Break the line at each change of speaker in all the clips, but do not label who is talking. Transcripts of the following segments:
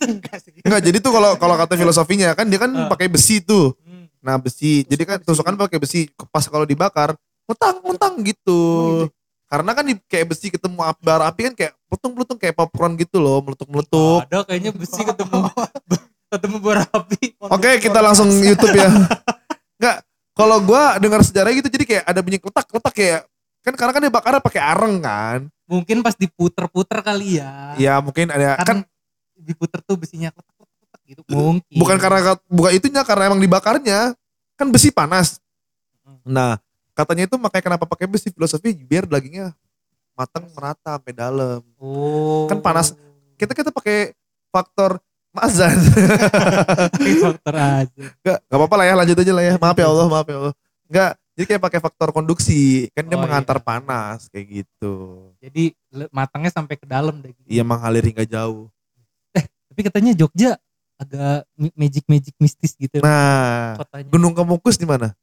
Enggak sih.
Enggak, jadi tuh kalau kata filosofinya kan dia kan pakai besi tuh. Nah, besi. Jadi kan tusukan pakai besi. Pas kalau dibakar, ngutang gitu.
Emang gitu?
Karena kan kayak besi ketemu bara api kan kayak pelutung-pelutung kayak popcorn gitu loh, meletuk-meletuk.
Ada kayaknya besi ketemu bara api.
Oke, kita langsung YouTube ya. Enggak, kalau gua dengar sejarah gitu jadi kayak ada bunyi kletak-kletak kayak kan karena kan dia bakarnya pakai areng kan.
Mungkin pas diputer-puter kali ya.
Ya mungkin ada kan
diputer tuh besinya kletak gitu. Mungkin.
bukan itunya karena emang dibakarnya kan besi panas. Nah, katanya itu makanya kenapa pakai besi filosofi biar dagingnya matang merata sampai dalam.
Oh.
Kan panas. Kita pakai faktor mazan.
Faktor aja.
Enggak apa-apa lah ya, lanjut aja lah ya. Maaf ya Allah. Enggak, jadi kayak pakai faktor konduksi, kan dia mengantar panas kayak gitu.
Jadi matangnya sampai ke dalam deh.
Iya, mengalir hingga jauh.
Tapi katanya Jogja agak magic mistis gitu.
Nah,
kotanya.
Gunung Kemukus di mana?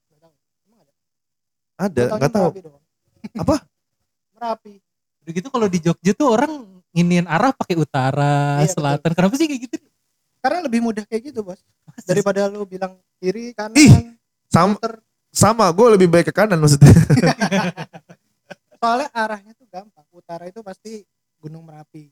Ada, nggak tahu. Apa?
Merapi.
Udah gitu kalau di Jogja tuh orang nginiin arah pakai utara,
Iya,
selatan.
betul.
Kenapa sih kayak gitu?
Karena lebih mudah kayak gitu, Bos. Daripada lu bilang kiri, kanan.
Ih,
muter.
sama, gue lebih baik ke kanan maksudnya.
Soalnya arahnya tuh gampang. Utara itu pasti Gunung Merapi.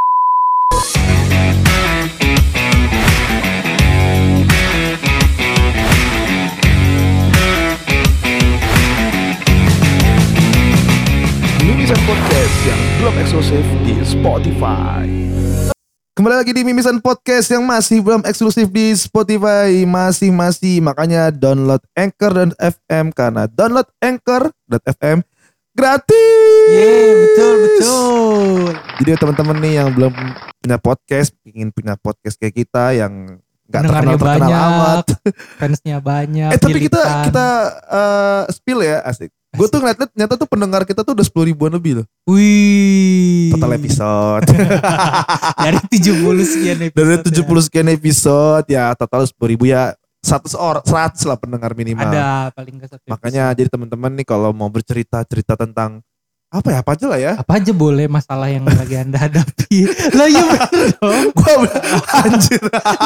Mimisan Podcast yang belum eksklusif di Spotify. Kembali lagi di Mimisan Podcast yang masih belum eksklusif di Spotify. Masih makanya download Anchor.fm karena download Anchor.fm gratis.
Betul.
Jadi teman-teman nih yang belum punya podcast, ingin punya podcast kayak kita yang nggak
Pendengarnya
terkenal amat.
Fansnya banyak.
Tapi kita spill ya, asik. Gue tuh ngeliat nyata tuh pendengar kita tuh udah 10 ribuan lebih loh.
Wih.
Total episode.
Dari 70 sekian episode.
Dari 70 sekian episode ya total 10 ribu ya. 100 lah pendengar minimal.
Ada paling gak satu.
Makanya jadi teman-teman nih kalau mau cerita tentang apa aja lah ya.
Apa aja boleh masalah yang lagi Anda hadapi. Lah iya bener dong.
Gua anjir.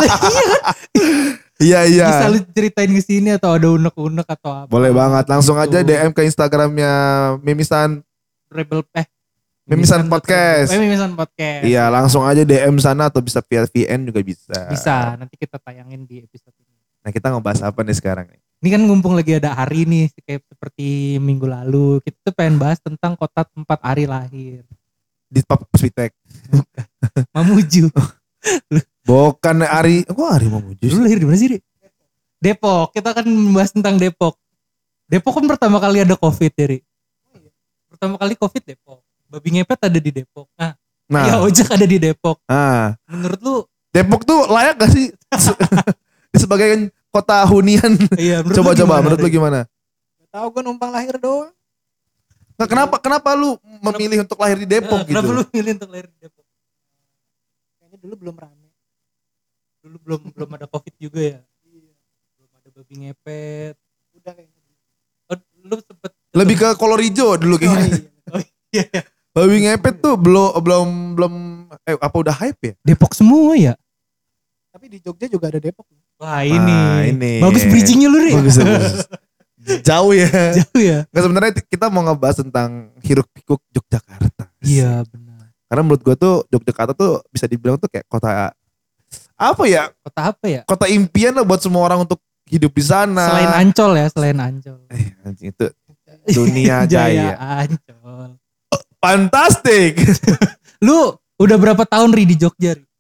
Iya.
Bisa lu ceritain ke sini atau ada unek-unek atau apa.
Boleh banget. Langsung aja DM ke Instagramnya Mimisan Mimisan Podcast.
Mimisan Podcast.
Iya, langsung aja DM sana atau bisa via VN juga bisa.
Bisa, nanti kita tayangin di episode ini.
Nah, kita ngebahas apa nih sekarang nih?
Ini kan ngumpung lagi ada Ari nih, kayak seperti minggu lalu. Kita tuh pengen bahas tentang kota tempat Ari lahir.
Di Puspitek.
Mamuju.
Bukan Ari. Kok Ari Mamuju?
Lu lahir di mana sih, Ri? Depok. Kita akan membahas tentang Depok. Depok kan pertama kali ada COVID ya, Ri. Pertama kali COVID Depok. Babi ngepet ada di Depok. Nah. Ya ojek ada di Depok.
Nah.
Menurut lu
Depok tuh layak gak sih sebagai kota hunian? Iya, coba menurut lu gimana?
Gak tahu, gue numpang lahir doang.
Nah, kenapa lu memilih untuk lahir di Depok gitu?
Kenapa lu milih untuk lahir di Depok?
Kayaknya dulu belum rame.
Dulu belum ada COVID juga ya.
Iya.
Belum ada babi ngepet.
Udah kayaknya.
Oh, lu sempet
lebih ke kolor hijau dulu kayaknya.
Oh iya.
Babi ngepet tuh belum apa udah hype ya?
Depok semua ya?
Tapi di Jogja juga ada Depok.
Wah ini.
Ini.
Bagus bridgingnya lu, Ri.
Bagus. Jauh ya.
Jauh ya.
Nggak, sebenarnya kita mau ngebahas tentang hiruk pikuk Yogyakarta.
Iya benar.
Karena menurut gue tuh Yogyakarta tuh bisa dibilang tuh kayak kota apa ya?
Kota apa ya?
Kota impian lah buat semua orang untuk hidup di sana.
Selain Ancol ya, selain Ancol.
Anjing itu dunia jaya.
Ancol.
Fantastik.
Lu
udah berapa tahun Ri di Jogja, Ri?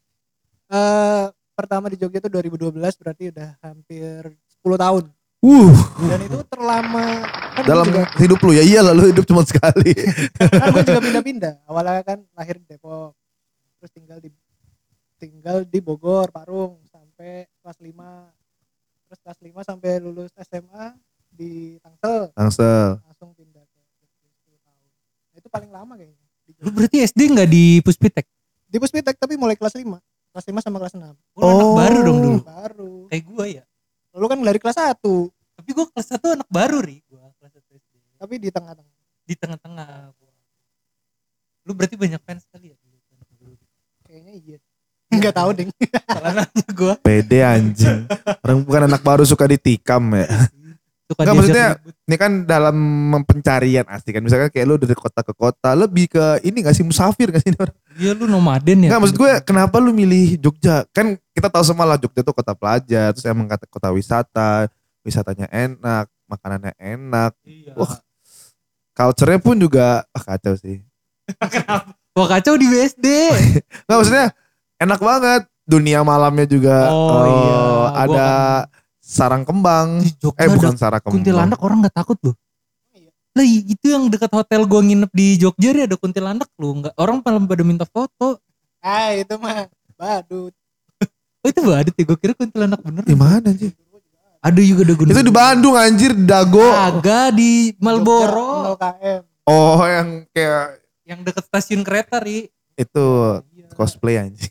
Pertama di Jogja itu 2012, berarti udah hampir 10 tahun. Dan itu terlama kan
dalam
juga,
hidup lu ya. Iya lah, lu hidup cuma sekali.
kan gue juga pindah-pindah. Awalnya kan lahir di Depok, terus tinggal di Bogor, Parung sampai kelas 5. Terus kelas 5 sampai lulus SMA di Tangsel. Langsung pindah ke Jogja 10 tahun. Nah, itu paling lama kayaknya.
Lu berarti SD enggak di Puspitek?
Di Puspitek tapi mulai kelas 5. Kelas 5 sama kelas 6.
Anak baru dong dulu.
Baru.
Kayak gua ya.
Lu kan dari kelas 1.
Tapi gua kelas 1 anak baru, Ri. Gua kelas 1 SD.
Tapi di tengah-tengah.
Di tengah-tengah. Lu berarti banyak fans kali ya dulu.
Kayaknya iya. Enggak tahu ding.
Salah nanya gue.
Pede anjing. Orang bukan anak baru suka ditikam ya.
Suka
Enggak,
diajak
maksudnya
ribut.
ini kan dalam pencarian asli kan. Misalkan kayak lu dari kota ke kota, lebih ke ini gak sih, musafir gak sih orang?
Iya lu nomaden ya.
Enggak, maksud gue kenapa lu milih Jogja? Kan kita tahu semua lah Jogja itu kota pelajar, terus emang kota wisata, wisatanya enak, makanannya enak.
Iya.
Wah, culture-nya pun juga kacau sih.
Wah kacau di BSD.
Enggak, maksudnya enak banget. Dunia malamnya juga
Oh, iya.
ada
Gua
sarang kembang.
Di Jogja
Bukan
ada
sarang kembang.
kuntilanak, orang nggak takut loh. Lah itu yang dekat hotel gue nginep di Jogja ada kuntilanak loh. Nggak, orang malah pada minta foto.
Itu mah badut.
Oh itu badut ya, gue kira kuntilanak bener.
Di mana sih?
Ada juga ada gunung.
Itu di Bandung anjir, di Dago.
Agak di Malboro.
0 km.
Oh, yang kayak
Yang dekat stasiun kereta ri.
itu
Iya.
cosplay anjing.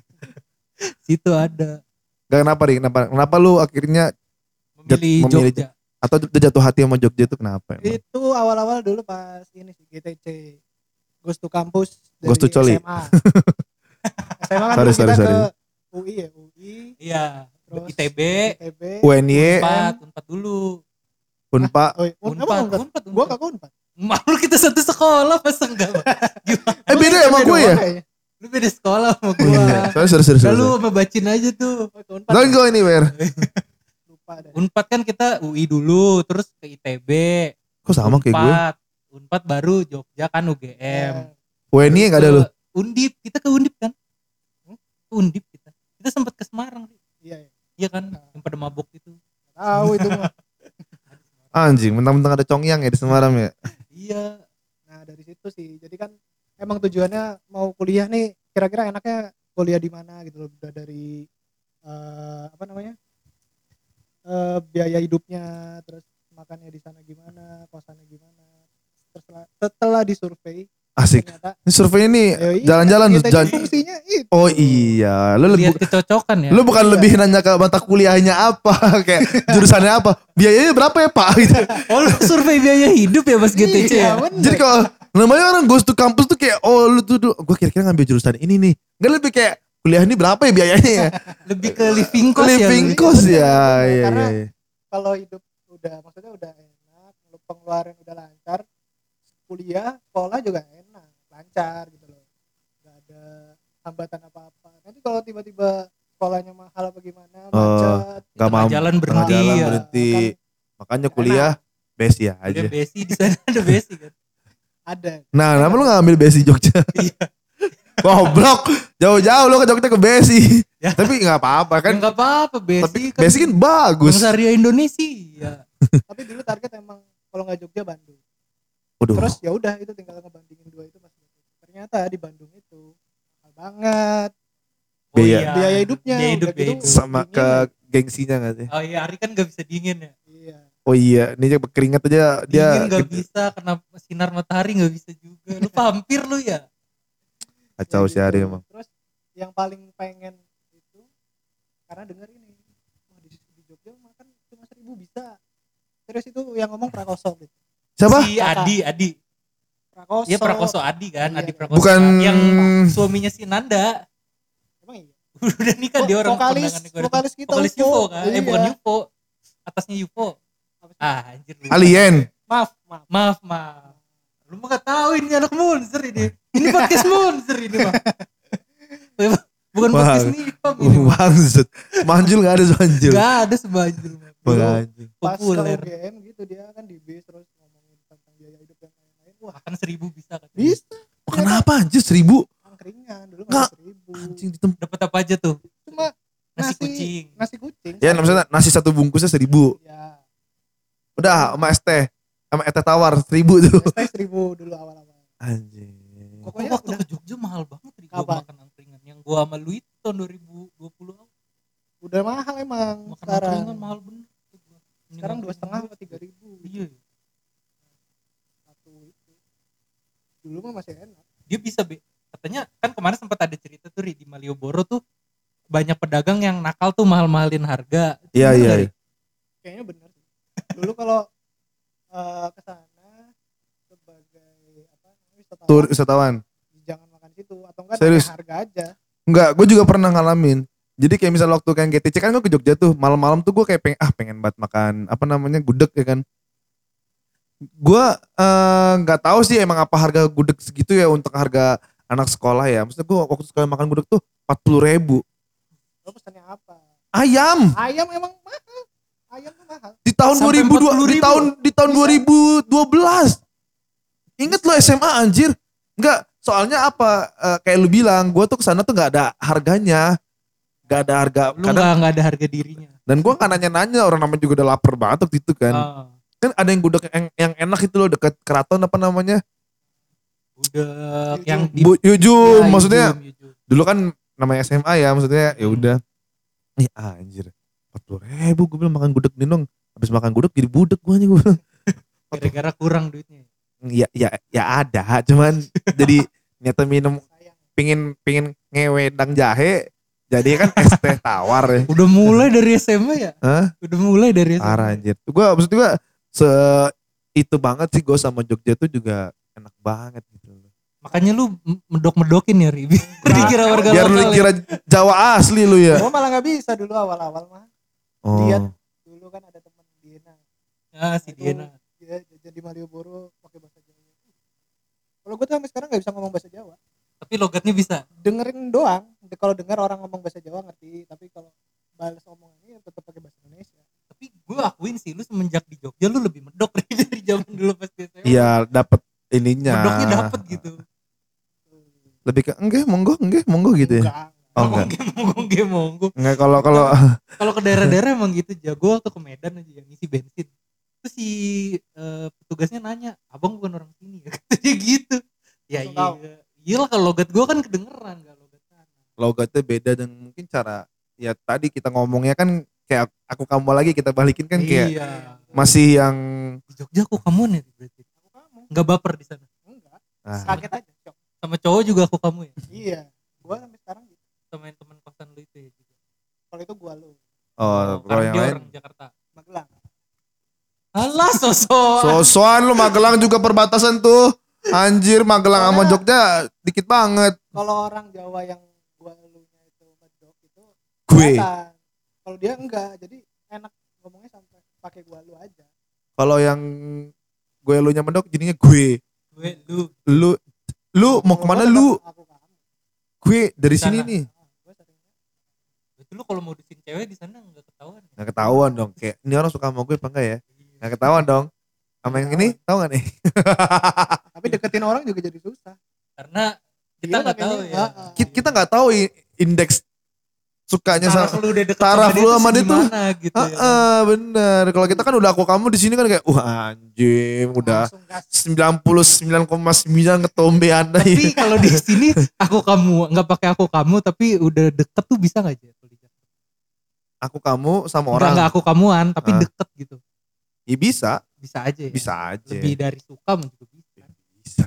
Situ ada.
Gak kenapa nih? Kenapa lu akhirnya
Memilih
memilih
Jogja.
atau udah jatuh hati sama Jogja itu kenapa emang?
Itu awal-awal dulu pas ini sih GTC. Ghost to Campus dari
Ghost to Coli.
SMA. SMA kan
Sorry,
dulu kita
sorry.
ke UI ya, UI.
Iya.
Terus
ITB.
ITB.
UNY,
Unpad dulu.
Unpa.
Oh, emang Unpad? Gua kagak Unpad.
Malu kita satu sekolah masa enggak? Gimana?
Beda ya sama gue ya?
Lu beda sekolah sama
Oh,
gua.
iya. Sorry.
Lalu sama bacin aja tuh.
Don't go anywhere.
Lupa dah.
Unpad kan kita UI dulu, terus ke ITB.
Kok sama kayak gue?
Unpad baru Jogja kan UGM.
UNY gak ada lu?
Undip, kita ke Undip kan? Ke Undip kita. Kita sempat ke Semarang.
Iya,
Iya kan? Yang pada mabok itu.
tahu itu mah.
Anjing, mentang-mentang ada Congyang ya di Semarang ya.
Iya.
Nah, dari situ sih. Jadi kan emang tujuannya mau kuliah nih, kira-kira enaknya kuliah di mana gitu loh. Udah dari apa namanya? Biaya hidupnya, terus makannya di sana gimana, kosannya gimana. Setelah disurvei,
Asik.
ternyata
Ini survei ini
iya,
jalan-jalan
kita
jalan.
fungsinya itu.
Oh iya,
Lihat kecocokan ya.
lu bukan
Iya.
lebih nanya ke mata kuliahnya apa, kayak jurusannya apa, biayanya berapa ya Pak gitu.
Oh lu survei biaya hidup ya Mas GTC
Iya,
ya?
bener.
Jadi kalau namanya orang goes to kampus tuh kayak oh lu tuh gue kira-kira ngambil jurusan ini nih. Enggak, lebih kayak kuliah ini berapa ya biayanya ya?
Lebih ke living cost ya.
Living
lu.
cost ya. Iya
Karena
iya.
kalau hidup maksudnya udah enak, kalau pengeluaran udah lancar, kuliah, sekolah juga enak, lancar gitu loh. Gak ada hambatan apa-apa. Nanti kalau tiba-tiba sekolahnya mahal apa gimana, macet,
Gak
Tengah
mau
jalan
tengah
berhenti
jalan
ya.
berhenti.
Kan
Makanya kuliah besi ya
Ada
aja.
besi di sana ada besi kan.
ada.
Nah, kenapa lu gak ambil besi Jogja?
Iya.
Goblok, jauh-jauh lu ke Jogja ke besi.
Ya.
Tapi gak apa-apa kan.
Enggak apa-apa
Tapi
besi kan.
besi kan bagus.
Bangsa Ria Indonesia.
Tapi dulu target emang kalau nggak Jogja Bandung.
Waduh.
Terus ya udah itu tinggal ngebandingin dua itu mas. Ternyata di Bandung itu mahal banget. Biaya hidupnya,
Biaya hidup,
udah
biaya
gitu.
hidup.
Sama
Dingin
ke
ya.
gengsinya gak sih?
Oh iya, Ari kan gak bisa dingin ya.
Iya.
Oh iya, ini aja keringat aja dia
Dingin gak
gitu.
bisa, kena sinar matahari gak bisa juga. Lu vampir lu ya.
Kacau
Ya
si Ari
gitu.
emang.
Terus yang paling pengen itu karena denger ini, wah di Jogja makan cuma 1.000 bisa. Terus itu yang ngomong Prakoso gitu.
Siapa?
Si Adi.
Prakoso.
Iya Prakoso Adi kan,
Iya,
Adi
kan.
Prakoso.
Bukan
Yang suaminya si Nanda.
Emang iya.
Udah nikah dia orang kondangan gue.
Vokalis kita
Vokalis UFO kan?
Iya.
Bukan UFO. Atasnya UFO.
Apa sih?
Anjir lu.
Alien.
Maaf.
Maaf. Lu mah gak tahu ini anak Monster ini. Ini podcast Monster ini mah. Bukan podcast Nipam ini mah.
Bangsat. Manjul gak ada manjul.
Gak ada sebanjir mah. Dulu
Anjing.
Pas ke
populer.
UGM gitu dia kan di bis terus ngomongin tentang biaya hidup dan lain-lain. Wah,
Makan 1.000 bisa kan.
bisa.
Oh, kenapa anjir 1.000?
Angkringan dulu
Nggak.
nggak 1.000.
Anjing di tempat.
Dapat apa aja tuh?
Cuma
Nasi kucing.
Nasi kucing.
Ya maksudnya nasi satu bungkusnya 1.000.
Ya.
Udah sama es teh. Sama es teh tawar 1.000 tuh.
ST 1.000 dulu awal-awal.
Anjing.
Pokoknya
Waktu
udah
ke Jogja mahal banget nih gua
Kapan?
makan angkringan. Yang gua sama lu itu tahun 2020 awal.
udah mahal emang
Makan
sekarang.
angkringan mahal bener.
Sekarang 2,5 atau 3.000.
Iya.
Satu itu. Dulu mah masih enak.
Dia bisa katanya kan kemarin sempat ada cerita tuh Ri, di Malioboro tuh banyak pedagang yang nakal tuh mahal-mahalin harga. Itu
Iya
bener
iya.
nggak, Ri?
Kayaknya bener sih. Dulu kalau ke sana sebagai apa namanya, wisatawan,
Tur wisatawan.
jangan makan situ atau enggak
Serius?
nanya harga aja.
Enggak, gue juga pernah ngalamin. Jadi kayak misal waktu kan GTC kan gue ke Jogja tuh, malam-malam tuh gue kayak pengen banget makan apa namanya gudeg ya kan. Gue nggak tahu sih emang apa harga gudeg segitu ya untuk harga anak sekolah ya. Maksudnya gue waktu sekolah makan gudeg tuh 40.000.
Lo pesannya apa?
Ayam
Ayam emang mahal. Ayam tuh mahal.
di tahun
Sampai
2002 di tahun 2012. Ingat lo SMA anjir. Enggak, soalnya apa kayak lu bilang, gue tuh kesana tuh nggak ada harganya. Nggak ada harga.
Lu nggak ada harga dirinya.
Dan gue nggak nanya-nanya, orang namanya juga udah lapar banget waktu itu kan.
Ah,
Kan ada yang gudeg yang enak itu loh dekat keraton apa namanya?
udah
Yujum.
yang di
Yujum,
ya,
maksudnya
Yujum.
dulu kan namanya SMA ya, maksudnya ya udah. Nih anjir, 40.000 gue bilang makan gudeg nih dong. Habis makan gudeg jadi budek gue nih gue bilang.
Gara-gara kurang duitnya.
Ya ada, cuman jadi nyata minum
Sayang.
pingin ngewedang jahe, jadi kan es teh tawar ya.
Udah mulai dari SMA ya?
Hah?
Udah mulai dari SMA.
Parah anjir. Gue maksud gue itu banget sih gue sama Jogja tuh juga enak banget gitu.
Makanya lu medok-medokin ya, Ri. Biar dikira warga
Biar lu
lokal. Ya.
kira Jawa asli lu ya.
Gue malah nggak bisa dulu awal-awal mah.
Oh.
Lihat dulu kan ada teman Diana.
Ah, si Diana.
Dia jajan di Malioboro pakai bahasa Jawa. Kalau gue tuh sampai sekarang nggak bisa ngomong bahasa Jawa.
Tapi logatnya bisa.
Dengerin doang. Kalau dengar orang ngomong bahasa Jawa ngerti. Tapi kalau balas omongannya tetap pakai bahasa Indonesia.
Tapi gue akuin sih, lu semenjak di Jogja lu lebih medok Ri, dari zaman dulu pas di SMA.
Iya dapet ininya.
Medoknya dapet gitu.
Lebih ke enggak monggo gitu ya.
Enggak.
Oh enggak.
Monggo.
Enggak kalau
Kalau ke daerah-daerah emang gitu. Jago waktu ke Medan aja yang ngisi bensin. Terus si petugasnya nanya, abang bukan orang sini ya? Katanya gitu. Ya
Langsung tahu.
iya. Iyalah kalau logat gue kan kedengeran gak logat sana.
logatnya beda dan mungkin cara ya tadi kita ngomongnya kan kayak aku kamu lagi kita balikin kan kayak
Iya.
masih yang
Di Jogja aku kamu nih berarti.
Aku kamu.
Enggak baper di sana.
Enggak.
ah,
Kaget aja. Cok.
Sama cowok juga aku kamu ya.
Iya. Gue sampai sekarang gitu.
Sama yang teman kosan lu itu ya juga.
Kalau itu gue lu.
kalau
Karena
yang
dia
lain
orang Jakarta.
Magelang.
Alah sosok.
sosokan lu Magelang juga perbatasan tuh anjir Magelang sama Jogja dikit banget
Kalau orang Jawa yang gue lunya itu medok itu
gue
kelihatan. Kalau dia enggak, jadi enak ngomongnya sampai pakai gua lu aja.
kalau yang gue lu nyamedok jadinya gue
Gue lu.
lu mau kemana
Gua
lu
tetap aku kamu.
gue dari
Sana.
sini nih
Gua seringnya
Itu lu kalau mau disin cewek di sana enggak ketahuan. Ya?
nggak ketahuan dong kayak ini orang suka sama gue apa enggak ya nggak ketahuan dong sama yang ini tahu nggak nih
tapi deketin orang juga jadi susah.
Karena kita
Iya,
nggak tahu
makanya,
ya.
kita nggak tahu indeks sukanya
Taraf
sama
lu udah deket
taraf lu sama dia tuh
gimana gitu ya. kan?
bener kalau kita kan udah aku kamu di sini kan kayak anjing udah
Langsung gas.
99,9 ketombe anda
Tapi
ya.
kalau di sini aku kamu nggak pakai aku kamu tapi udah deket tuh bisa nggak aja?
Aku kamu sama orang
Enggak aku kamuan tapi
Ah.
deket gitu.
ya
Bisa aja ya.
bisa aja
Lebih dari suka mungkin juga bisa.
bisa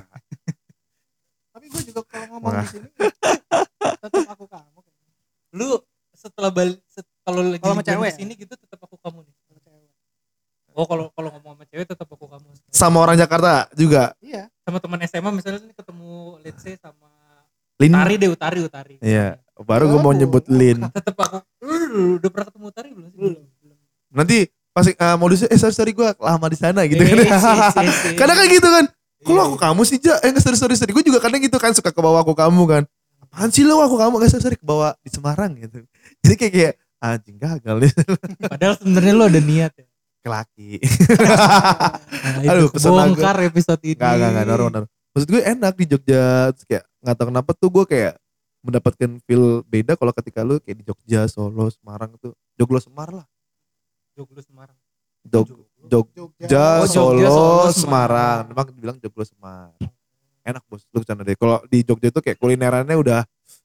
Tapi gua juga kalau ngomong
Wah.
di sini tetap aku kamu.
Lu setelah kalau lagi
Kalau sama
liburan
cewek
di sini gitu tetap aku kamu nih.
Sama cewek.
Oh kalau ngomong sama cewek tetap aku kamu.
sama orang Jakarta juga
Iya.
Sama teman SMA misalnya nih ketemu let's say sama
Lin
Utari.
iya baru gue mau nyebut Lin
Tetap aku. Udah pernah ketemu Utari belum sih?
Belum.
nanti pasti modusnya sorry gue lama di sana gitu kan
Sih.
kadang kan gitu kan kalau
Iya.
aku kamu sih enggak sorry gue juga kadang gitu kan suka ke bawah aku kamu kan apaan sih lo aku kamu enggak sorry ke bawah di Semarang gitu jadi kayak anjing gagal nih
Padahal sebenarnya lo ada niat ya.
ke laki
Nah,
Aduh,
itu
kesel
bongkar episode ini.
Enggak, normal. Maksud gue enak di Jogja, terus kayak nggak tahu kenapa tuh gue kayak mendapatkan feel beda kalau ketika lu kayak di Jogja, Solo, Semarang tuh, Joglo Semar lah,
Joglo Semarang.
Jogja,
Oh, Jogja,
Solo,
Solo,
Semarang, memang dibilang Joglo Semar, enak bos, lu kesana deh. Kalau di Jogja tuh kayak kulinerannya udah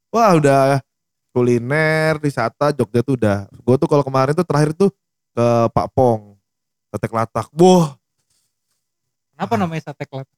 kuliner, wisata Jogja tuh udah. Gue tuh kalau kemarin tuh terakhir tuh ke Pak Pong, Sate Kelatak, wah.
Kenapa namanya sate kelapa?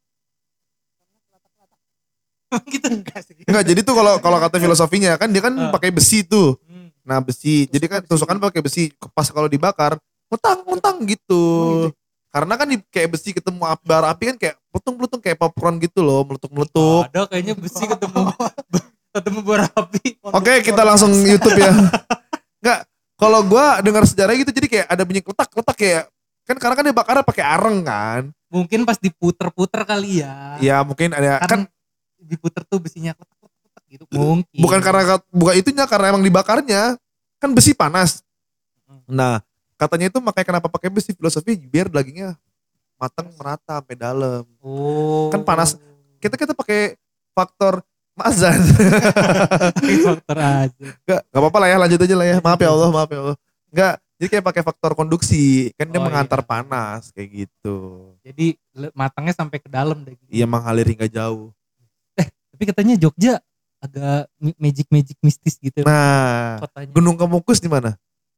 gitu
Enggak sih.
Enggak, jadi tuh kalau kata filosofinya kan dia kan pakai besi tuh.
Hmm.
Nah, besi. Jadi kan tusukan pakai besi. Pas kalau dibakar, ngutang gitu. Karena kan kayak besi ketemu bara api kan kayak pelutung-pelutung kayak popcorn gitu loh, meletuk-meletuk.
Ada kayaknya besi ketemu ketemu berapi.
Oke, kita langsung YouTube ya. Enggak, kalau gua dengar sejarah gitu jadi kayak ada bunyi kletak-kletak kayak kan karena kan dia bakarnya pakai areng kan.
Mungkin pas diputer-puter kali ya.
Iya, mungkin ada kan
diputer tuh besinya kletak-kletak gitu. Mungkin.
Bukan itunya karena emang dibakarnya kan besi panas. Nah, katanya itu makanya kenapa pakai besi filosofi biar dagingnya matang merata sampai dalam.
Oh.
Kan panas. Kita pakai faktor mazan.
Faktor aja.
Enggak apa-apa lah ya, lanjut aja lah ya. Maaf ya Allah. Enggak, jadi kayak pakai faktor konduksi. Kan dia mengantar panas kayak gitu.
Jadi matangnya sampai ke dalam deh.
Iya, mengalir hingga jauh.
Tapi katanya Jogja agak magic mistis gitu.
Nah,
kotanya.
Gunung Kemukus di mana?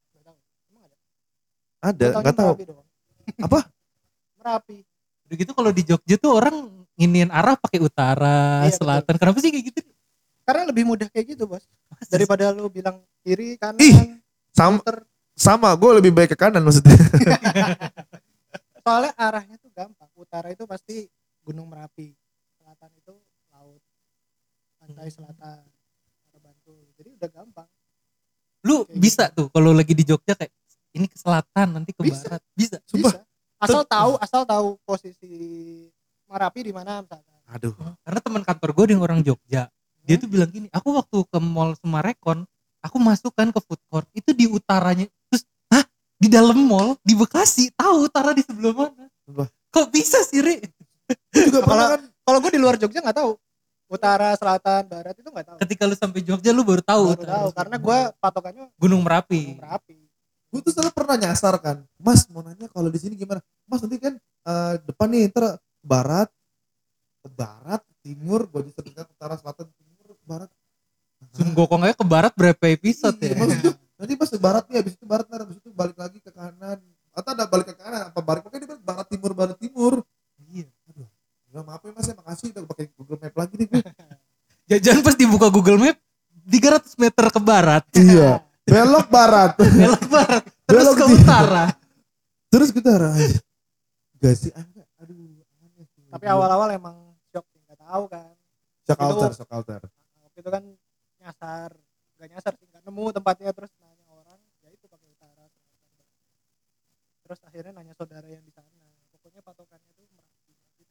Ada, enggak tahu. Apa?
Merapi.
Udah gitu kalau di Jogja tuh orang nginiin arah pakai utara, selatan. Betul. Kenapa sih kayak gitu?
Karena lebih mudah kayak gitu, Bos. Daripada lu bilang kiri, kanan.
Sama, gue lebih baik ke kanan maksudnya.
Soalnya arahnya tuh gampang. Utara itu pasti Gunung Merapi. Selatan itu laut. Pantai selatan. Bantul. Jadi udah gampang.
Lu kayak bisa gitu. Tuh kalau lagi di Jogja kayak ini ke selatan, nanti ke barat. Bisa.
Sumpah. Asal tahu posisi Merapi di mana misalnya.
Aduh.
Karena teman kantor gue yang orang Jogja, dia tuh bilang gini, aku waktu ke mall Semarekon, aku masuk kan ke food court, itu di utaranya, terus di dalam mall di Bekasi, tahu utara di sebelah mana? Kok bisa sih, Ri?
Kalau gue di luar Jogja nggak tahu. Utara, selatan, barat itu nggak tahu.
Ketika lu sampai Jogja lu baru tahu.
Karena gue patokannya
Gunung Merapi.
Gue tuh selalu pernah nyasar kan, Mas mau nanya kalau di sini gimana? Mas nanti kan depan nih ntar barat, timur, gue bisa ke utara, selatan, timur, barat.
Sunggokongnya ke barat berapa episode ya?
Nanti pas ke barat nih, habis itu barat, habis itu balik lagi ke kanan. Atau ada balik ke kanan, apa balik? Pokoknya dia barat timur. Iya. Aduh, ya maaf ya Mas ya, makasih udah pakai Google Map lagi nih gue.
Jajan pas dibuka Google Map, 300 meter ke barat.
Iya. Belok barat.
Terus ke utara.
Terus ke utara aja. Gak sih, aduh.
Tapi awal-awal emang shock, nggak tahu kan.
Shock alter.
Waktu itu kan nggak nyasar sih, nggak nemu tempatnya, terus nanya orang, ya itu pakai utara. Terus akhirnya nanya saudara yang di sana. Pokoknya patokannya tuh Merapi.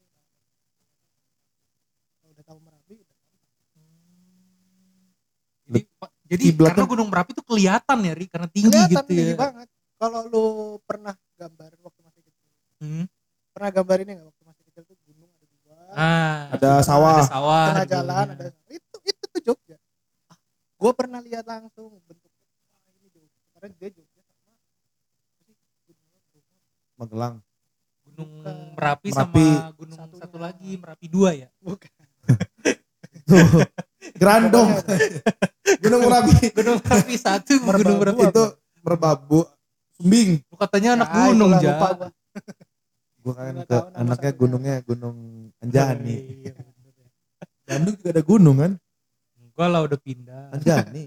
Kalau udah tahu Merapi, udah
Jadi karena Gunung Merapi itu kelihatan ya, Ri, karena tinggi gitu ya.
Tinggi banget. Kalau lu pernah gambar waktu masih kecil. Pernah gambar ini enggak waktu masih kecil tuh gunung ada dua.
Ada sawah.
Tengah jalan ada. Itu tuh Jogja. Gua pernah lihat langsung bentuknya. Wah, ini Jogja. Karena dia Jogja sama
Magelang.
Gunung Merapi sama gunung satu lagi, Merapi 2 ya?
Bukan.
Grandong. Gunung Merapi
1, Gunung Merapi
itu Merbabu, Sumbing.
Lu katanya anak gunung aja.
Gua kan ke anaknya gunungnya Gunung Anjani. Bandung juga ada gunung kan?
Enggak lah, udah pindah.
Anjani.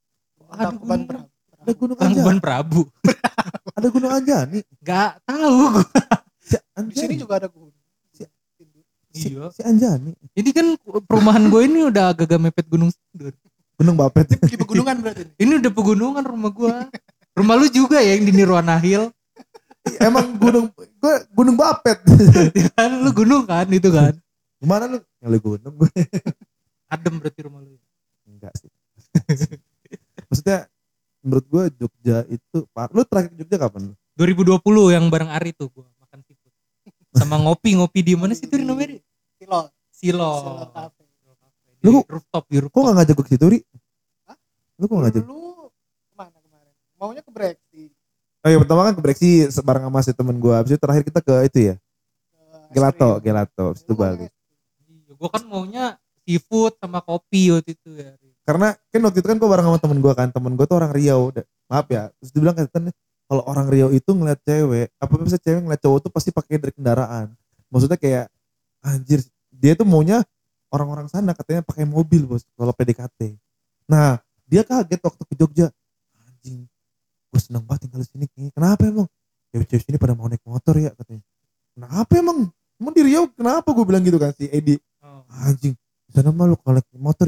Ada gunung
Tangkuban Prabu.
Ada gunung Anjani.
Enggak tahu gua.
Di sini juga ada gunung.
Si Anjani.
Ini kan perumahan gue ini udah agak mepet Gunung Sindur.
Gunung Bapet.
Di pegunungan berarti.
Ini udah pegunungan rumah gue. Rumah lu juga ya yang di Nirwana Hill.
Emang gunung Bapet.
Kan lu gunung kan itu kan.
Gimana lu? Yang gunung gue.
Adem berarti rumah lu.
Enggak sih. Maksudnya menurut gue Jogja itu, lu terakhir ke Jogja kapan?
2020 yang bareng Ari tuh gue makan seafood. Sama ngopi di mana sih itu namanya? Silo Cafe.
Lu
rooftop.
Kok gak ngajak gue ke situ, Ri?
Hah?
Lu kok ngajak?
Lu kemana kemarin? Maunya ke Breksi.
Oh iya, pertama kan ke Breksi bareng sama si temen gue. Abis itu terakhir kita ke itu ya, Gelato. Abis itu balik.
Gue kan maunya seafood sama kopi waktu itu ya.
Karena kan waktu itu kan gue bareng sama temen gue kan. Temen gue tuh orang Riau. Maaf ya. Terus dia bilang katanya, kalau orang Riau itu ngeliat cewek, apa bisa cewek ngeliat cowok tuh pasti pakai dari kendaraan. Maksudnya kayak anjir, dia tuh maunya orang-orang sana katanya pakai mobil bos kalau PDKT. Nah dia kaget waktu ke Jogja, anjing gue seneng banget tinggal di sini. Kenapa emang? Cewek-cewek sini pada mau naik motor ya katanya. Kenapa emang di Riau kenapa, gue bilang gitu kan si Edi. Anjing di sana mah lu kalau naik motor aja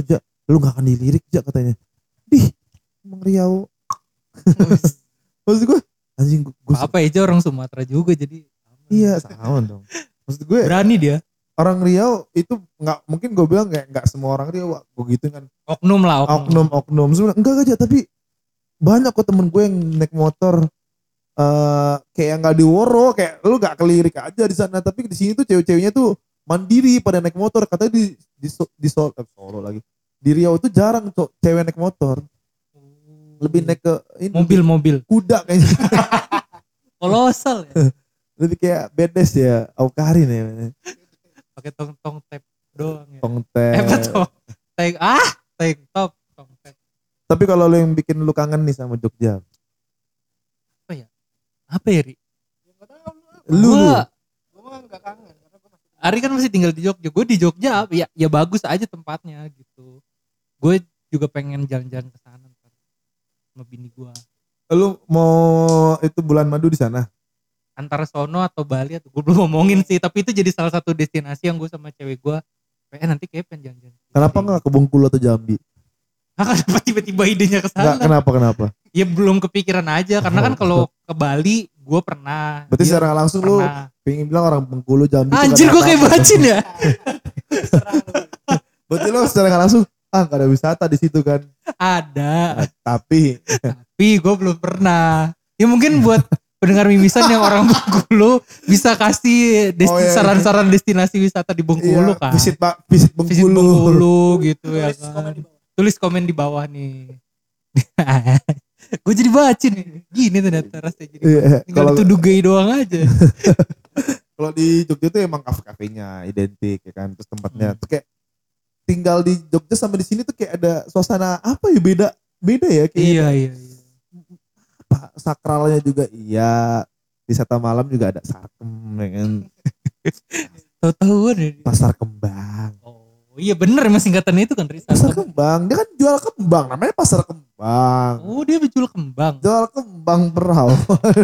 lu gak akan dilirik aja katanya. Dih, emang Riau. Maksud gue anjing gue
Apa aja orang Sumatera juga jadi
iya sama dong. Maksud gue
berani dia.
orang Riau itu nggak mungkin gue bilang kayak nggak semua orang Riau gue gitu kan
Oknum lah,
oknum sebenarnya enggak aja tapi banyak kok temen gue yang naik motor kayak nggak diworo kayak lu nggak kelirik aja di sana tapi di sini tuh cewek-ceweknya tuh mandiri pada naik motor katanya di Solo lagi di Riau tuh jarang cok cewek naik motor lebih naik ke ini
mobil
kuda kayaknya
kolosal ya.
lebih kayak bedes ya Aukarin ya
Pakai tong tap doang ya.
tongtek
Apa tuh? Tank top tong tap.
tapi kalau lu yang bikin lu kangen nih sama Jogja
Apa ya, Ri?
Nggak tahu lu.
lu
Gua mah nggak kangen karena gua masih
Ari kan masih tinggal di Jogja. Gue di Jogja ya bagus aja tempatnya gitu. Gue juga pengen jalan-jalan ke sana ntar sama bini gue.
lu mau itu bulan madu di sana
Antara sono atau Bali atau gue belum ngomongin sih. Tapi itu jadi salah satu destinasi yang gue sama cewek gue. Nanti kayak pengen jalan-jalan.
kenapa nggak ke Bengkulu atau Jambi
Kenapa tiba-tiba idenya ke
nggak
sana?
kenapa
Ya belum kepikiran aja karena kan kalau ke Bali gue pernah.
berarti
Dia
secara nggak langsung lu
pernah.
pengen bilang orang Bengkulu Jambi tuh
Anjir
nggak
gue
ada
kayak
apa-apa.
bacin ya.
Berarti lu secara nggak langsung nggak ada wisata di situ kan
Ada.
tapi
Tapi gue belum pernah. Ya mungkin buat pendengar mimisan yang orang Bengkulu bisa kasih
Oh, iya.
saran-saran destinasi wisata di Bengkulu
iya,
kan.
visit
Visit
Bengkulu
Bengkulu gitu ya
tulis komen
kan.
di bawah.
Tulis komen di bawah nih. Gue jadi bacin nih. Gini ternyata rasanya jadi.
Iya,
Tinggal
kalau
dituduh gay doang aja.
kalau di Jogja tuh emang kafe-kafenya identik ya kan terus tempatnya tuh kayak tinggal di Jogja sama di sini tuh kayak ada suasana apa ya beda ya kayak
Iya.
apa, sakralnya juga iya wisata malam juga ada sarkem ya kan
Tahu-tahuan ya.
pasar kembang
Oh iya bener emang singkatannya itu kan
pasar
Rizal.
kembang dia kan jual kembang namanya pasar kembang
Oh dia menjual kembang.
jual kembang perawan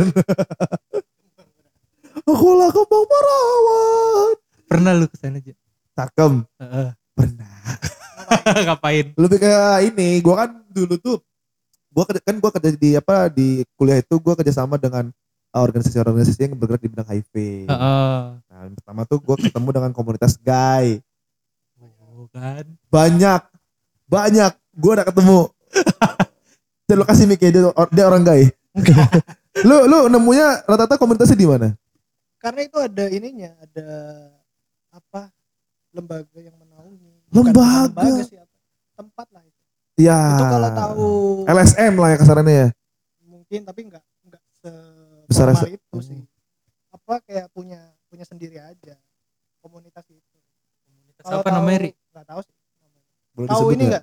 akulah kembang perawan
Pernah lu kesana aja?
sarkem
Heeh.
pernah
Ngapain?
lebih kayak ini gua kan dulu tuh gua kerja di apa di kuliah itu gua kerja sama dengan organisasi-organisasi yang bergerak di bidang HIV.
Heeh.
Nah, yang pertama tuh gua ketemu dengan komunitas gay.
Oh kan.
Banyak gua udah ketemu. Coba lu kasih mic ya, dia orang gay. lu nemunya rata-rata komunitasnya di mana?
Karena itu ada ininya, ada apa? Lembaga yang menaungi.
Lembaga?
Sih apa? Tempat lah itu.
Ya.
Itu kalau tahu
LSM lah ya kasarannya ya.
mungkin tapi enggak
Besar
seformal itu sih. Apa kayak punya sendiri aja komunitas itu.
Komunitas apa namanya, Ri?
Enggak tahu sih.
Boleh
Tahu
disebut
ini
nggak?
enggak?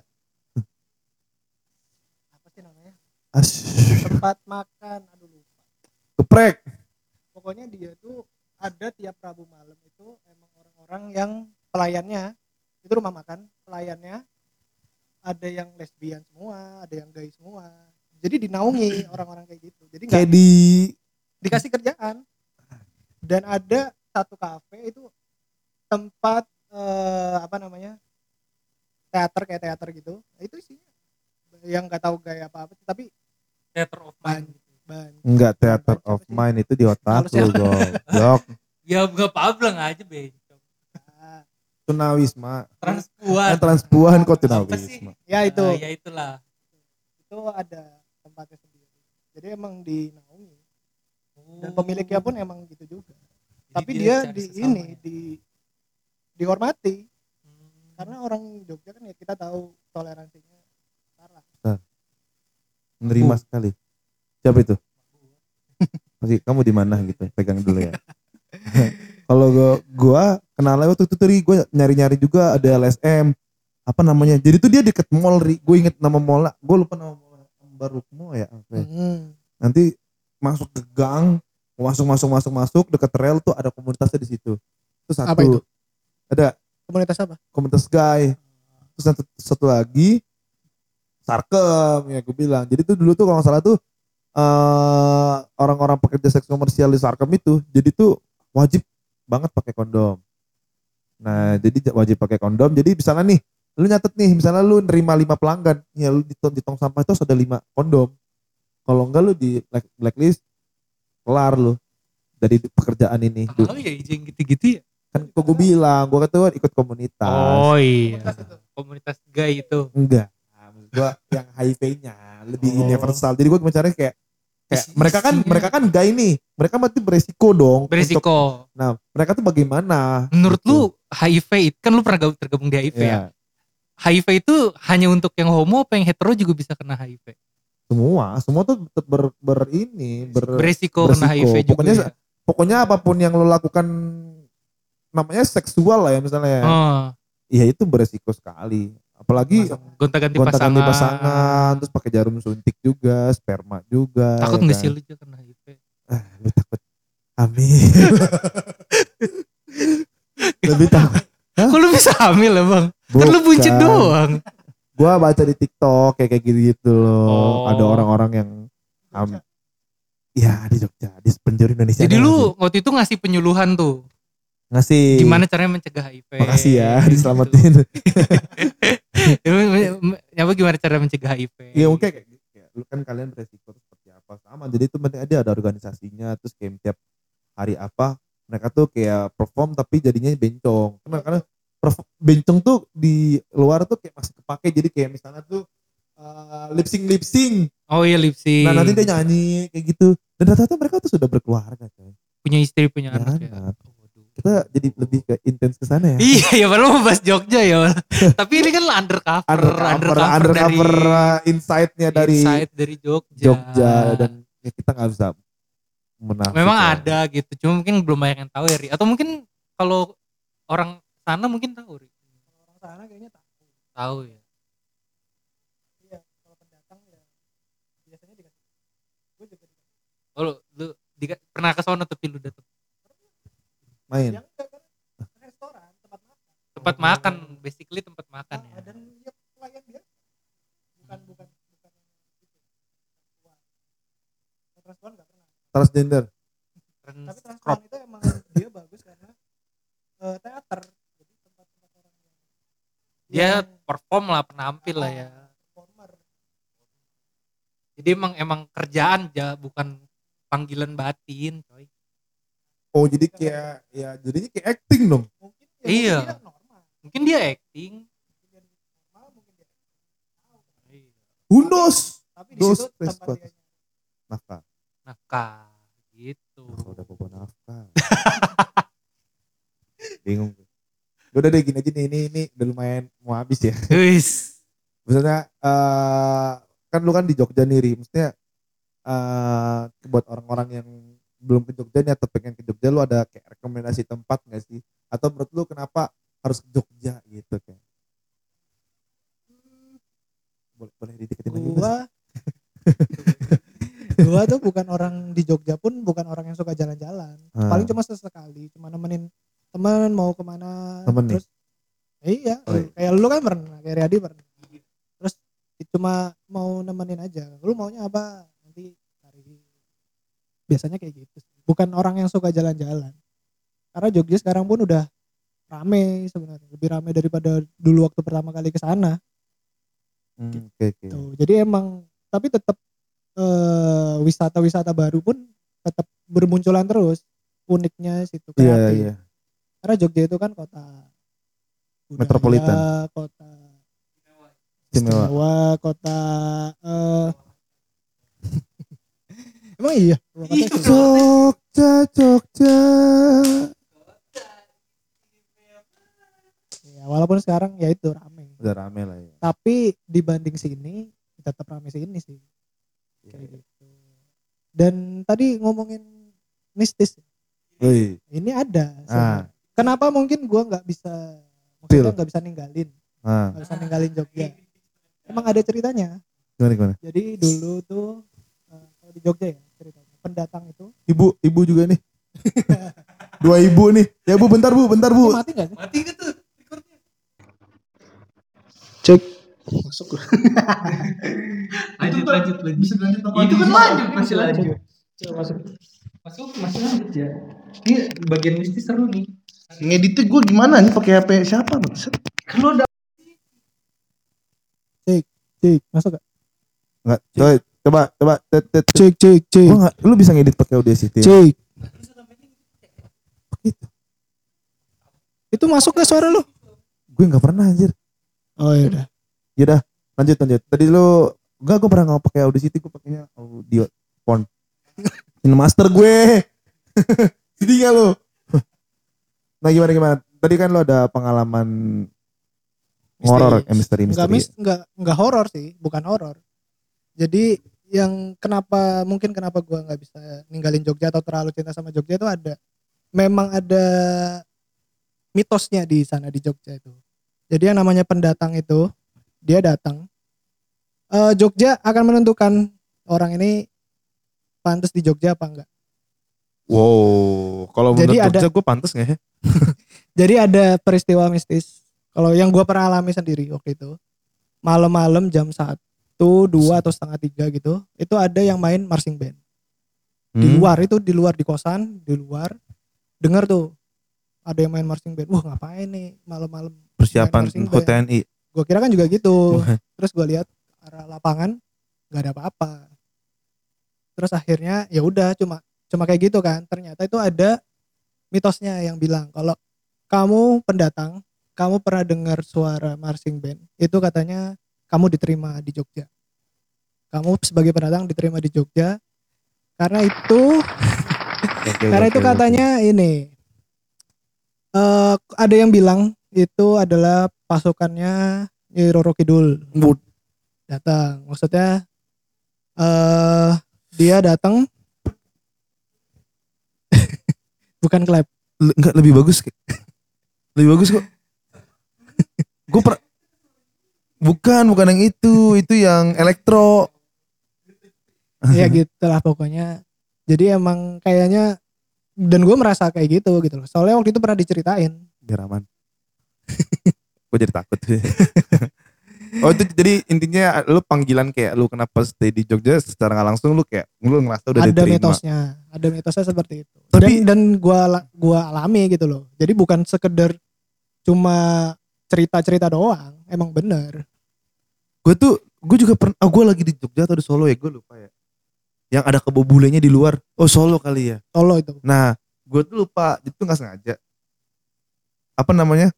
Apa sih namanya? Tempat makan, aduh lupa.
Geprek.
Pokoknya dia tuh ada tiap Rabu malam itu emang orang-orang yang pelayannya itu rumah makan, pelayannya ada yang lesbian semua, ada yang gay semua. Jadi dinaungi orang-orang kayak gitu. Jadi
Kayak
nggak dikasih kerjaan. Dan ada satu kafe itu tempat apa namanya? Kayak teater gitu. Nah, itu isinya yang nggak tahu gaya apa-apa tapi
Theater of Mind.
enggak theater
Baca
of
sih.
mind itu di otak
Halus ya.
lu, Jok.
Ya enggak apa-apa aja, Bencong.
Nah,
Tunawisma.
Transpuan.
Transpuan kok
Apa sih?
tunawisma.
ya itu.
Ya itulah.
Itu ada tempatnya sendiri. Jadi emang dinaungi. Dan pemiliknya pun emang gitu juga. Tapi dia dihormati. Karena orang Jogja kan ya kita tahu toleransinya parah.
Menerima sekali. Siapa itu? Masih kamu di mana gitu? Pegang dulu ya. Kalau gua kenal waktu itu tadi gua nyari-nyari juga ada LSM. Apa namanya? Jadi tuh dia deket mall, gue inget nama mall, gue lupa nama mall, Barukmo ya. Nanti masuk ke gang, masuk deket rel tuh ada komunitasnya di situ. Terus satu.
Apa itu?
Ada
Komunitas apa?
komunitas gay. Terus satu lagi Sarkem ya gue bilang. Jadi tuh dulu tuh kalau nggak salah tuh orang-orang pekerja seks komersial di Sarkem itu jadi tuh wajib banget pakai kondom. Nah jadi wajib pakai kondom. Jadi misalnya nih lu nyatet nih, misalnya lu nerima 5 pelanggan, ya lu di tong sampah itu harus ada 5 kondom. Kalau enggak lu di blacklist, kelar lu dari pekerjaan ini.
Tahu ya izin gitu-gitu ya.
Kan kok gue bilang, gue kata ikut komunitas.
Oh iya.
Komunitas itu.
Komunitas gay itu.
Enggak. Maksud gue yang HIV-nya lebih
Oh.
universal. Jadi gue mencari kayak
Isinya.
mereka kan gay nih. Mereka berarti beresiko dong.
Beresiko.
Nah, mereka tuh bagaimana?
Menurut
gitu.
lu HIV kan lu pernah tergabung di HIV ya?
Ya,
HIV itu hanya untuk yang homo apa yang hetero juga bisa kena HIV?
semua tuh
Beresiko kena HIV juga.
Pokoknya
ya?
pokoknya apapun yang lo lakukan namanya seksual lah ya misalnya ya.
Oh,
Iya itu beresiko sekali. Apalagi
gonta-ganti
gonta-ganti
pasangan.
pasangan, terus pakai jarum suntik juga, sperma juga.
Takut
ya
nggak
kan?
sih lu juga kena HIV?
Lu takut? Amin. Lebih takut. Hah?
Kok lu bisa hamil ya bang? Kan lu buncit
Bukan.
doang.
Gua baca di TikTok kayak gitu loh.
Oh.
Ada orang-orang yang ya di Jogja, di penjuru Indonesia.
Jadi
ada
lu waktu itu ngasih penyuluhan tuh.
ngasih.
Gimana caranya mencegah HIV?
Makasih ya,
Gitu.
diselamatin.
Apa gimana cara mencegah HIV?
Iya mungkin kayak gitu. Kayak, lu kan kalian beresiko tuh seperti apa sama. Jadi itu penting ada organisasinya. Terus kayak tiap hari apa mereka tuh kayak perform tapi jadinya bencong. Karena bencong tuh di luar tuh kayak masih kepake. Jadi kayak misalnya tuh lip sync.
Oh iya lip sync.
Nah nanti dia nyanyi kayak gitu. Dan rata-rata mereka tuh sudah berkeluarga coy.
Punya istri, punya
Ya,
anak ya.
anak.
Oh, waduh.
Kita jadi lebih ke intens ke sana ya.
Iya ya baru mau bahas Jogja ya. Tapi ini kan undercover
Insight-nya dari
insight dari Jogja.
Jogja dan ya kita nggak bisa menafsir.
Memang ada gitu. Cuma mungkin belum banyak yang tahu ya Ri. Atau mungkin kalau orang sana mungkin tahu Ri.
Orang sana kayaknya tahu.
Tahu ya.
Iya, kalau pendatang ya biasanya dikasih. Gue juga dikasih.
Oh lu pernah ke sono tapi lu datang
main.
Yang enggak kan restoran, tempat makan.
tempat makan, basically tempat makan ya.
Dan ya pelayan biasa. Bukan gitu. Transpuan enggak pernah.
Transgender.
Tapi transpuan itu emang dia bagus karena teater. Jadi tempat-tempat orang
Dia perform lah, penampil lah ya.
performer.
Jadi emang kerjaan aja, bukan panggilan batin, coy.
Oh jadi kayak ya jadinya kayak acting dong.
Mungkin
Iya.
dia normal.
Mungkin dia acting.
Mungkin dia
Who knows?
tapi di
Those
situ
best
tempat
spots.
dia
Nafkah.
Nafkah gitu.
Nafkah udah bawa nafkah. Bingung. Udah deh gini aja nih ini udah lumayan mau habis ya.
Wis.
Maksudnya kan lu kan di Jogja nih Ri. Maksudnya buat orang-orang yang belum ke Jogja nih atau pengen ke Jogja lu ada kayak rekomendasi tempat gak sih? Atau menurut lu kenapa harus ke Jogja gitu kayak? Boleh dideketin lagi Mas?
gua tuh bukan orang di Jogja pun bukan orang yang suka jalan-jalan. Paling cuma sesekali, cuma nemenin teman mau kemana.
Temen
terus iya,
Oh, iya.
kayak lu kan pernah, kayak Riyadi pernah. Terus cuma mau nemenin aja. Lu maunya apa? Nanti cari. Biasanya kayak gitu. Bukan orang yang suka jalan-jalan. Karena Jogja sekarang pun udah rame sebenarnya, lebih rame daripada dulu waktu pertama kali ke sana.
Oke.
Tuh, jadi emang tapi tetap wisata-wisata baru pun tetap bermunculan terus. Uniknya situ kreatif.
Iya.
Karena Jogja itu kan kota budaya,
Metropolitan.
kota
Istimewa.
istimewa, kota emang iya.
Jogja.
Ya, walaupun sekarang ya itu rame.
Udah rame lah ya.
Tapi dibanding sini tetap rame sini sih.
Iya.
Kayak gitu. Dan tadi ngomongin mistis.
Wih.
Ini ada.
Ah.
Kenapa mungkin gua nggak bisa, maksudnya nggak bisa ninggalin, nggak bisa ninggalin Jogja. Emang ada ceritanya.
Gimana?
Jadi dulu tuh kalau di Jogja ya ceritanya. Pendatang itu.
Ibu juga nih. Dua ibu nih. Ya Bu, bentar Bu.
Mati nggak sih?
Mati gitu recordnya.
Cek. Masuk.
Lanjut.
Bisa lanjut apa?
Itu kan masih lanjut.
Coba masuk.
Masih lanjut ya. Ini bagian mistis seru nih.
Ngeditnya gue gimana nih pakai HP siapa maksud?
Kalau ada
Cek, masuk gak?
Enggak. Coba.
Cek.
Lu bisa ngedit pakai Audacity.
Cek. Itu masuk gak suara lu?
Gue enggak pernah anjir.
Oh iya udah.
Yaudah, lanjut. Tadi lu gue pernah nggak pakai Audacity, gue pakainya audio font. Master gue. Jadinya lu. Nah gimana? Tadi kan lo ada pengalaman horor, misteri.
Enggak horor sih, bukan horor. Jadi yang kenapa gua nggak bisa ninggalin Jogja atau terlalu cinta sama Jogja itu memang ada mitosnya di sana di Jogja itu. Jadi yang namanya pendatang itu dia datang, Jogja akan menentukan orang ini pantas di Jogja apa enggak.
Wow, kalau menurut Jogja gue pantas nggak ya?
Jadi ada peristiwa mistis. Kalau yang gue pernah alami sendiri waktu itu, malam-malam jam 1, 2 atau setengah 3 gitu, itu ada yang main marching band. Di luar di kosan, di luar. Dengar tuh, ada yang main marching band. Wah ngapain nih malam-malam
persiapan TNI.
Gue kira kan juga gitu. Terus gue lihat arah lapangan, nggak ada apa-apa. Terus akhirnya ya udah cuma kayak gitu kan. Ternyata itu ada mitosnya yang bilang kalau kamu pendatang, kamu pernah dengar suara marching band, itu katanya kamu diterima di Jogja. Kamu sebagai pendatang diterima di Jogja karena itu katanya ini ada yang bilang itu adalah pasukannya Nyi Roro Kidul datang. Maksudnya dia datang bukan klep.
Enggak, lebih bagus kok. Gue bukan yang itu yang elektro.
Ya gitulah pokoknya. Jadi emang kayaknya, dan gue merasa kayak gitu loh. Soalnya waktu itu pernah diceritain.
Biar aman. Gue jadi takut. Oh itu jadi intinya lu panggilan kayak lu kenapa stay di Jogja secara nggak langsung lu ngerasa udah diterima.
Ada mitosnya seperti itu. Tapi dan gua alami gitu loh. Jadi bukan sekedar cuma cerita doang, emang bener.
Gue juga pernah. Gue lagi di Jogja atau di Solo ya, gue lupa ya. Yang ada kebo bulenya di luar. Oh Solo kali ya.
Solo itu.
Nah gue tuh lupa, itu nggak sengaja. Apa namanya?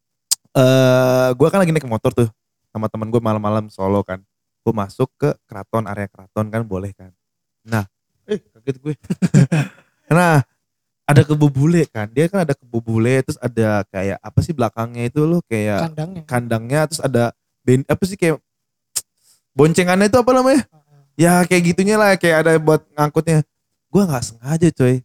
Gue kan lagi naik motor tuh sama teman gue malam-malam Solo kan. Gue masuk ke keraton, area keraton kan boleh kan. Nah, kaget gue. Nah, ada kebo bule kan. Dia kan ada kebo bule, terus ada kayak apa sih belakangnya itu loh kayak kandangnya, terus ada apa sih kayak boncengannya itu apa namanya? Ya kayak gitunya lah, kayak ada buat ngangkutnya. Gue nggak sengaja coy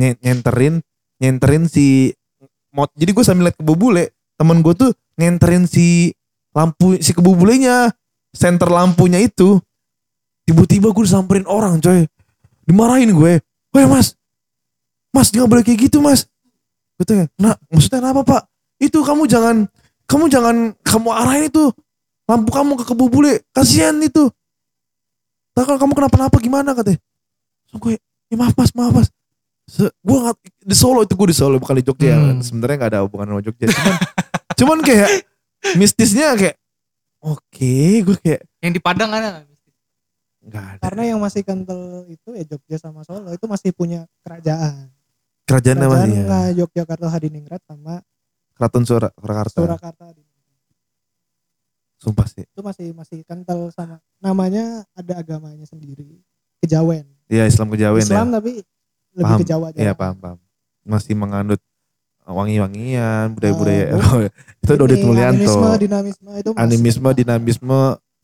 nyenterin si jadi gue sambil liat kebo bule, temen gue tuh nyenterin si kebo bulenya, senter lampunya itu. Tiba-tiba gue disamperin orang coy, dimarahin gue. Weh mas dia gak boleh kayak gitu mas. Gue tanya, nah maksudnya kenapa pak? Itu kamu jangan kamu arahin itu lampu kamu ke kebo bule, kasihan itu. Takut kamu kenapa-napa gimana katanya. So gue, ya maaf mas. Gue di Solo, bukan di Jogja. Sebenarnya gak ada hubungan sama Jogja. Cuman kayak mistisnya kayak oke, gue kayak
yang di Padang ada
nggak ada.
Karena yang masih kental itu ya Jogja sama Solo itu masih punya kerajaan
apa sih ya?
Yogyakarta Hadiningrat sama
Keraton Surakarta. Sumpah sih.
Itu masih kental sama, namanya ada agamanya sendiri, Kejawen.
Iya, Islam Kejawen ya.
Islam tapi lebih ke Jawa aja.
Iya, paham. Masih menganut wangi-wangian, budaya-budaya. Itu Dodit Mulyanto. Dinamisme,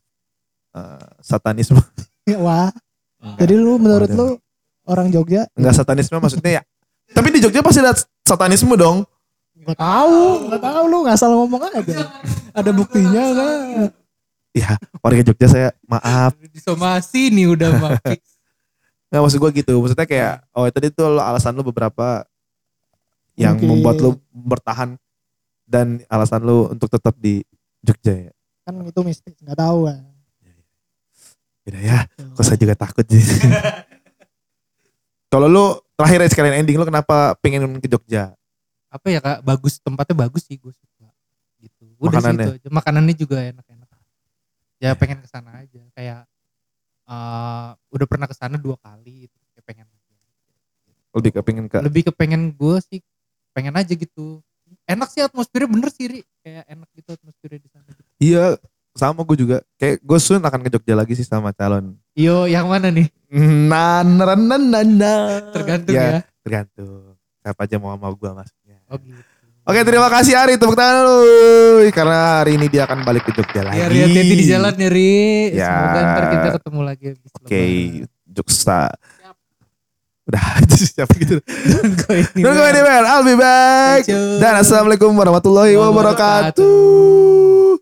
satanisme.
Wah. Jadi lu menurut lu orang Jogja?
Enggak satanisme maksudnya ya. Tapi di Jogja pasti ada satanisme dong.
Gak tahu lu ngasal ngomong aja. Ada buktinya kan?
Ya, warga Jogja saya maaf.
Disomasi nih udah mati.
Nggak, maksud gue gitu. Maksudnya kayak tadi tuh alasan lu beberapa yang membuat lu bertahan dan alasan lu untuk tetap di Jogja ya.
Kan itu mistis, nggak tahu kan.
Beda ya, kok saya juga takut sih. Kalau lu terakhir sekalian ending, lu kenapa pengen ke Jogja?
Apa ya kak, tempatnya bagus sih, gue suka gitu. Udah
Makanannya?
Situ aja. Makanannya juga enak-enak. Ya pengen ke sana aja kayak udah pernah ke sana 2 kali gitu. Kayak pengen
Lebih kepingin ke.
lebih kepengen gue sih pengen aja gitu. Enak sih atmosfernya bener sih Ri. Kayak enak gitu atmosfernya di sana gitu.
Iya, sama gue juga. Kayak gue soon akan ke Jogja lagi sih sama calon.
Yo yang mana nih?
Na.
Tergantung
Ya,
ya.
tergantung. Siapa aja mau gue masuknya.
Oh gitu.
Oke, terima kasih Ari, tepuk tangan lu. Karena hari ini dia akan balik ke Jogja lagi.
Ya Ri, hati-hati di jalan ya Ri.
Ya.
Semoga ntar kita ketemu lagi habis
Oke,
Lebaran.
Joksta. Udah, siapa gitu.
Don't go
Don't go
anywhere.
anywhere, I'll be back.
Thank you.
Dan assalamualaikum warahmatullahi wabarakatuh.